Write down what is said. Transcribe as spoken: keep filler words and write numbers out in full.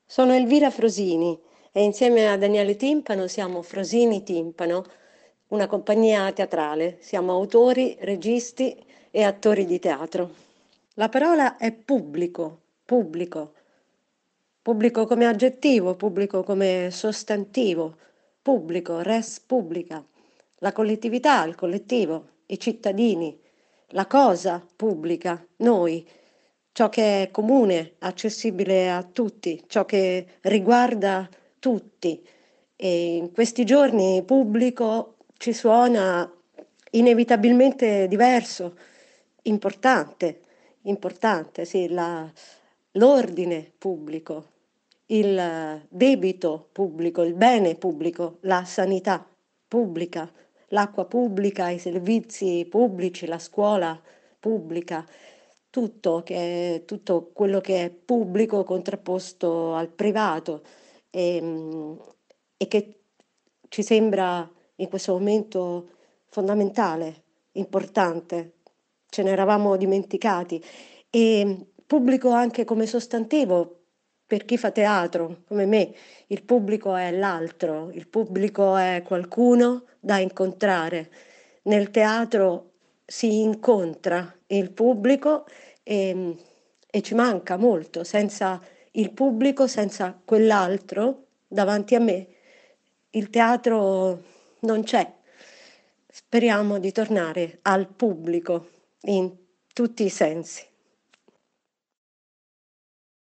Sono Elvira Frosini e insieme a Daniele Timpano siamo Frosini Timpano, una compagnia teatrale. Siamo autori, registi e attori di teatro. La parola è pubblico, pubblico, pubblico come aggettivo, pubblico come sostantivo, pubblico, res publica, la collettività, il collettivo, i cittadini, la cosa pubblica, noi, ciò che è comune, accessibile a tutti, ciò che riguarda tutti. E in questi giorni pubblico ci suona inevitabilmente diverso, importante, importante, sì, la- l'ordine pubblico, il debito pubblico, il bene pubblico, la sanità pubblica, l'acqua pubblica, i servizi pubblici, la scuola pubblica, tutto, che, tutto quello che è pubblico contrapposto al privato e, mm, e che ci sembra in questo momento fondamentale, importante, ce ne eravamo dimenticati. E pubblico anche come sostantivo per chi fa teatro, come me, il pubblico è l'altro, il pubblico è qualcuno da incontrare. Nel teatro si incontra il pubblico e, e ci manca molto. Senza il pubblico, senza quell'altro davanti a me, il teatro non c'è. Speriamo di tornare al pubblico in tutti i sensi.